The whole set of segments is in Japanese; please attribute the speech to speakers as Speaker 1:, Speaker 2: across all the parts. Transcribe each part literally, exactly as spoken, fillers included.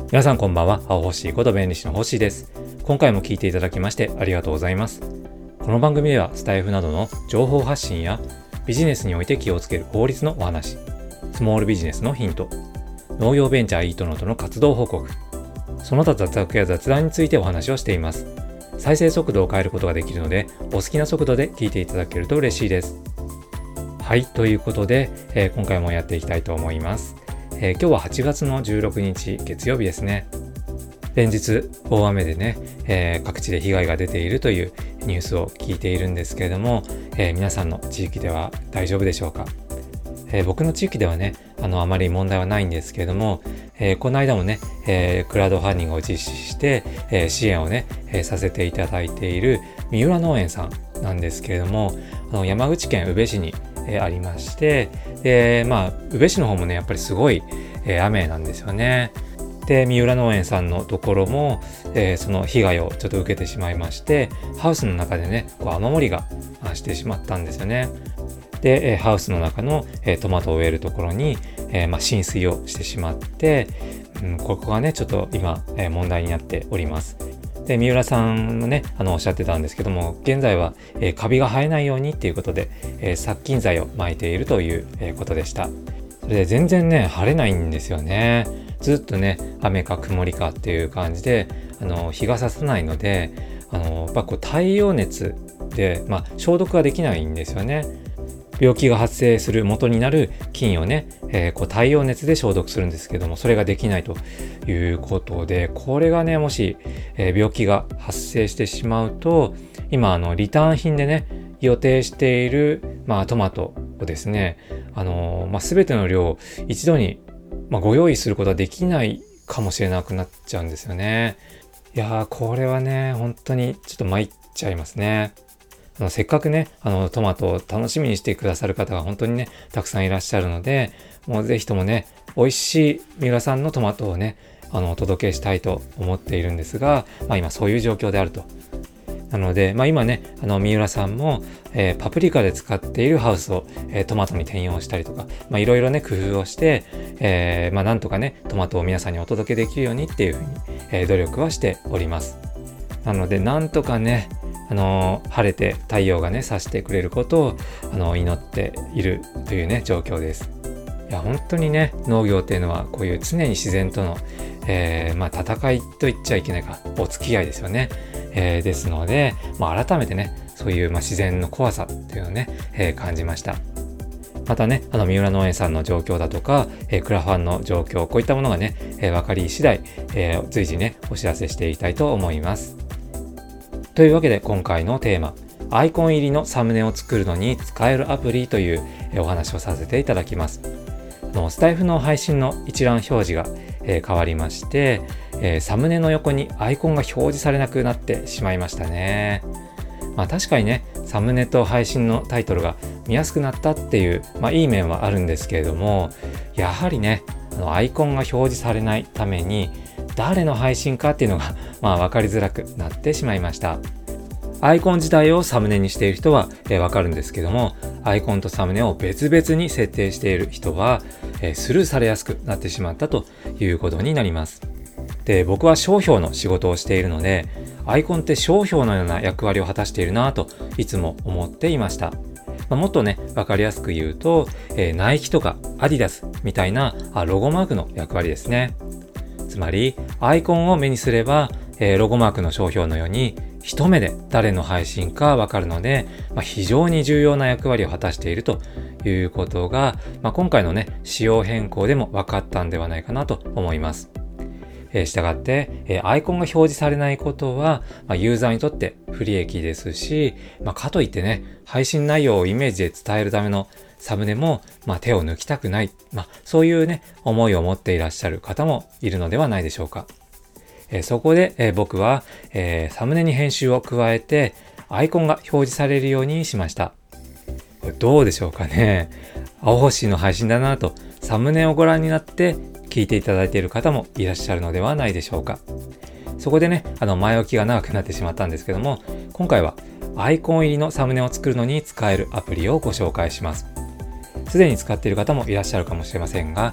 Speaker 1: 皆さんこんばんは。青星こと弁理士の星です。今回も聞いていただきましてありがとうございます。この番組ではスタイフなどの情報発信やビジネスにおいて気をつける法律のお話、スモールビジネスのヒント、農業ベンチャーイートノートの活動報告、その他雑学や雑談についてお話をしています。再生速度を変えることができるので、お好きな速度で聞いていただけると嬉しいです。はい、ということで、えー、今回もやっていきたいと思います。えー、今日ははちがつのじゅうろくにち月曜日ですね。連日大雨でね、えー、各地で被害が出ているというニュースを聞いているんですけれども、えー、皆さんの地域では大丈夫でしょうか。えー、僕の地域ではね、あのあまり問題はないんですけれども、えー、この間もね、えー、クラウドファンディングを実施して、えー、支援をね、えー、させていただいている三浦農園さんなんですけれども、あの山口県宇部市に、えー、ありまして、でまあ宇部市の方もねやっぱりすごい、えー、雨なんですよね。で三浦農園さんのところも、えー、その被害をちょっと受けてしまいまして、ハウスの中でねこう雨漏りがしてしまったんですよね。で、えー、ハウスの中の、えー、トマトを植えるところに、えーまあ、浸水をしてしまって、うん、ここがねちょっと今、えー、問題になっております。で三浦さんもねあのおっしゃってたんですけども、現在は、えー、カビが生えないようにっていうことで、えー、殺菌剤を撒いているという、えー、ことでした。それで全然ね晴れないんですよね。ずっとね雨か曇りかっていう感じで、あの日が差さないので、あのやっぱこう太陽熱で、まあ、消毒ができないんですよね。病気が発生する元になる菌をね、えー、こう太陽熱で消毒するんですけども、それができないということで、これがねもし、えー、病気が発生してしまうと、今あのリターン品でね予定している、まあ、トマトをですね、あのーまあ、全ての量を一度に、まあ、ご用意することはできないかもしれなくなっちゃうんですよね。いやーこれはね本当にちょっと参っちゃいますね。あのせっかくねあのトマトを楽しみにしてくださる方が本当にねたくさんいらっしゃるので、もうぜひともね美味しい三浦さんのトマトをねあのお届けしたいと思っているんですが、まあ、今そういう状況であると。なので、まあ、今ねあの三浦さんも、えー、パプリカで使っているハウスを、えー、トマトに転用したりとか、まあ、いろいろね工夫をして、えーまあ、なんとかねトマトを皆さんにお届けできるようにっていうふうに、えー、努力はしております。なのでなんとかねあの晴れて太陽がね差してくれることをあの祈っているというね状況です。いや本当にね農業っていうのはこういう常に自然との、えー、まあ戦いと言っちゃいけないかお付き合いですよね。えー、ですので、まあ、改めてねそういう、まあ、自然の怖さっていうのをね、えー、感じました。またねあの三浦農園さんの状況だとか、えー、クラファンの状況、こういったものがね、えー、分かり次第、えー、随時ねお知らせしていきたいと思います。というわけで今回のテーマ、アイコン入りのサムネを作るのに使えるアプリというお話をさせていただきます。のスタイフの配信の一覧表示が、えー、変わりまして、えー、サムネの横にアイコンが表示されなくなってしまいましたね。まあ確かにねサムネと配信のタイトルが見やすくなったっていう、まあ、いい面はあるんですけれども、やはりねあのアイコンが表示されないために誰の配信かっていうのがまあ分かりづらくなってしまいました。アイコン自体をサムネにしている人は、えー、分かるんですけども、アイコンとサムネを別々に設定している人は、えー、スルーされやすくなってしまったということになります。で、僕は商標の仕事をしているので、アイコンって商標のような役割を果たしているなといつも思っていました。まあ、もっとね分かりやすく言うと、えー、ナイキとかアディダスみたいなあロゴマークの役割ですね。つまりアイコンを目にすれば、えー、ロゴマークの商標のように一目で誰の配信かわかるので、まあ、非常に重要な役割を果たしているということが、まあ、今回のね仕様変更でも分かったんではないかなと思います。えー、したがって、えー、アイコンが表示されないことは、まあ、ユーザーにとって不利益ですし、まあ、かといってね配信内容をイメージで伝えるためのサムネも、まあ、手を抜きたくない、まあ、そういうね思いを持っていらっしゃる方もいるのではないでしょうか。えー、そこで、えー、僕は、えー、サムネに編集を加えてアイコンが表示されるようにしました。どうでしょうかね。青星の配信だなとサムネをご覧になって聞いていただいている方もいらっしゃるのではないでしょうか。そこでねあの前置きが長くなってしまったんですけども、今回はアイコン入りのサムネを作るのに使えるアプリをご紹介します。すでに使っている方もいらっしゃるかもしれませんが、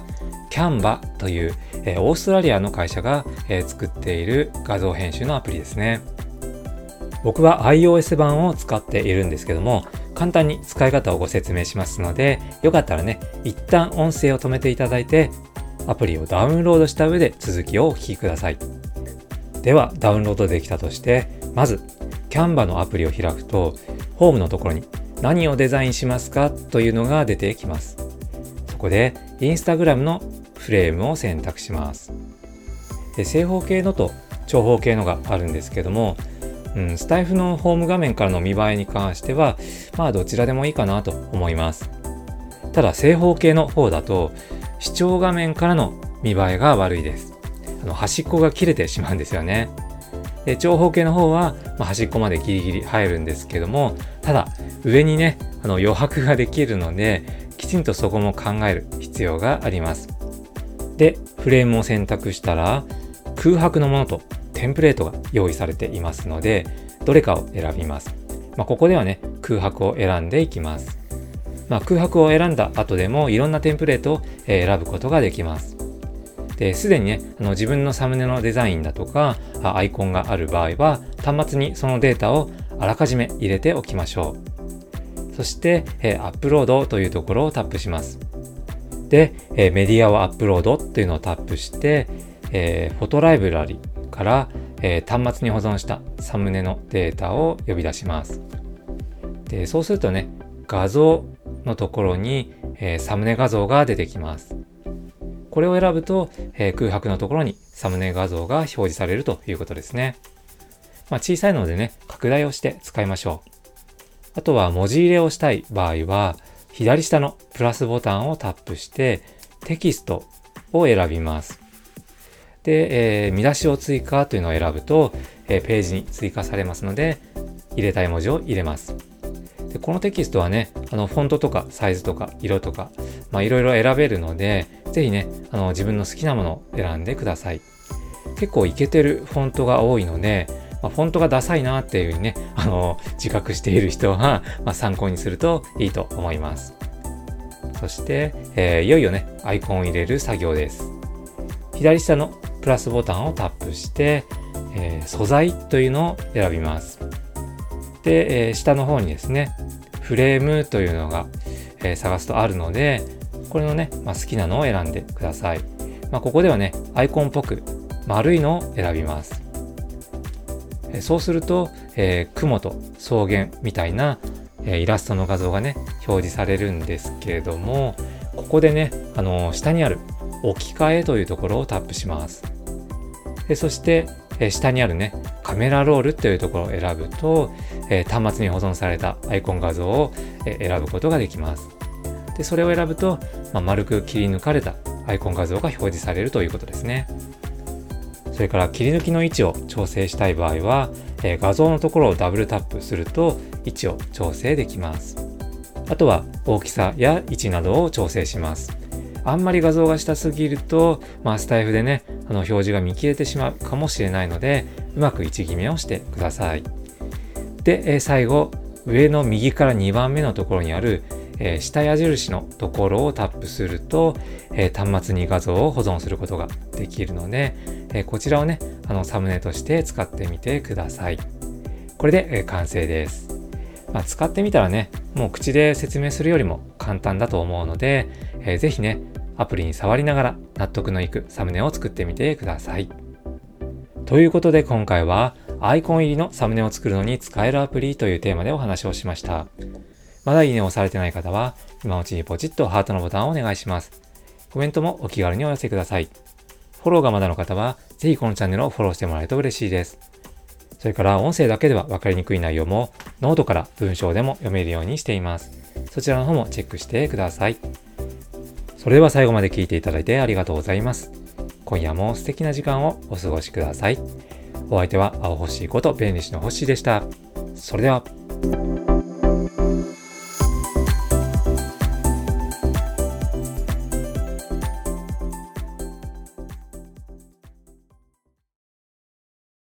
Speaker 1: キャンバという、えー、オーストラリアの会社が、えー、作っている画像編集のアプリですね。僕は iOS 版を使っているんですけども、簡単に使い方をご説明しますので、よかったらね、一旦音声を止めていただいて、アプリをダウンロードした上で続きをお聞きください。では、ダウンロードできたとして、まず、キャンバのアプリを開くと、ホームのところに何をデザインしますかというのが出てきます。そこで、インスタグラムのフレームを選択します。で、正方形のと長方形のがあるんですけども、うん、スタイフのホーム画面からの見栄えに関しては、まあどちらでもいいかなと思います。ただ正方形の方だと、視聴画面からの見栄えが悪いです。あの端っこが切れてしまうんですよね。で、長方形の方は、まあ、端っこまでギリギリ入るんですけども、ただ上にね、あの余白ができるので、きちんとそこも考える必要があります。で、フレームを選択したら、空白のものとテンプレートが用意されていますので、どれかを選びます。まあ、ここではね、空白を選んでいきます。まあ、空白を選んだ後でもいろんなテンプレートを選ぶことができます。で、すでにね、あの自分のサムネのデザインだとか、アイコンがある場合は、端末にそのデータをあらかじめ入れておきましょう。そして、えアップロードというところをタップします。で、えメディアをアップロードというのをタップして、えー、フォトライブラリから、えー、端末に保存したサムネのデータを呼び出します。で、そうするとね、画像のところに、えー、サムネ画像が出てきます。これを選ぶと、えー、空白のところにサムネ画像が表示されるということですね。まあ、小さいのでね、拡大をして使いましょう。あとは文字入れをしたい場合は、左下のプラスボタンをタップしてテキストを選びます。で、えー、見出しを追加というのを選ぶと、えー、ページに追加されますので、入れたい文字を入れます。で、このテキストはね、あのフォントとかサイズとか色とか、まあいろいろ選べるので、ぜひね、あの自分の好きなものを選んでください。結構イケてるフォントが多いので、まあ、フォントがダサいなっていうふうにね、あの自覚している人は、まあ、参考にするといいと思います。そして、えー、いよいよね、アイコンを入れる作業です。左下のプラスボタンをタップして、えー、素材というのを選びます。で、えー、下の方にですね、フレームというのが、えー、探すとあるので、これのね、まあ、好きなのを選んでください。まあ、ここではね、アイコンっぽく丸いのを選びます。えー、そうすると、えー、雲と草原みたいな、えー、イラストの画像がね、表示されるんですけれども、ここでね、あのー、下にある置き換えというところをタップします。で、そして、えー、下にあるね、カメラロールというところを選ぶと、えー、端末に保存されたアイコン画像を、えー、選ぶことができます。で、それを選ぶと、まあ、丸く切り抜かれたアイコン画像が表示されるということですね。それから切り抜きの位置を調整したい場合は、えー、画像のところをダブルタップすると位置を調整できます。あとは大きさや位置などを調整します。あんまり画像が下すぎると、まあ、スタイフでね、あの表示が見切れてしまうかもしれないので、うまく位置決めをしてください。で、えー、最後、上の右からにばんめのところにある、えー、下矢印のところをタップすると、えー、端末に画像を保存することができるので、えー、こちらをね、あのサムネとして使ってみてください。これで、えー、完成です。まあ、使ってみたらね、もう口で説明するよりも簡単だと思うので、えー、ぜひね、アプリに触りながら納得のいくサムネを作ってみてください。ということで今回はアイコン入りのサムネを作るのに使えるアプリというテーマでお話をしました。まだいいねをされてない方は今のうちにポチッとハートのボタンをお願いします。コメントもお気軽にお寄せください。フォローがまだの方はぜひこのチャンネルをフォローしてもらえると嬉しいです。それから音声だけでは分かりにくい内容もノートから文章でも読めるようにしています。そちらの方もチェックしてください。それでは最後まで聞いていただいてありがとうございます。今夜も素敵な時間をお過ごしください。お相手は青星こと弁理士の星でした。それでは。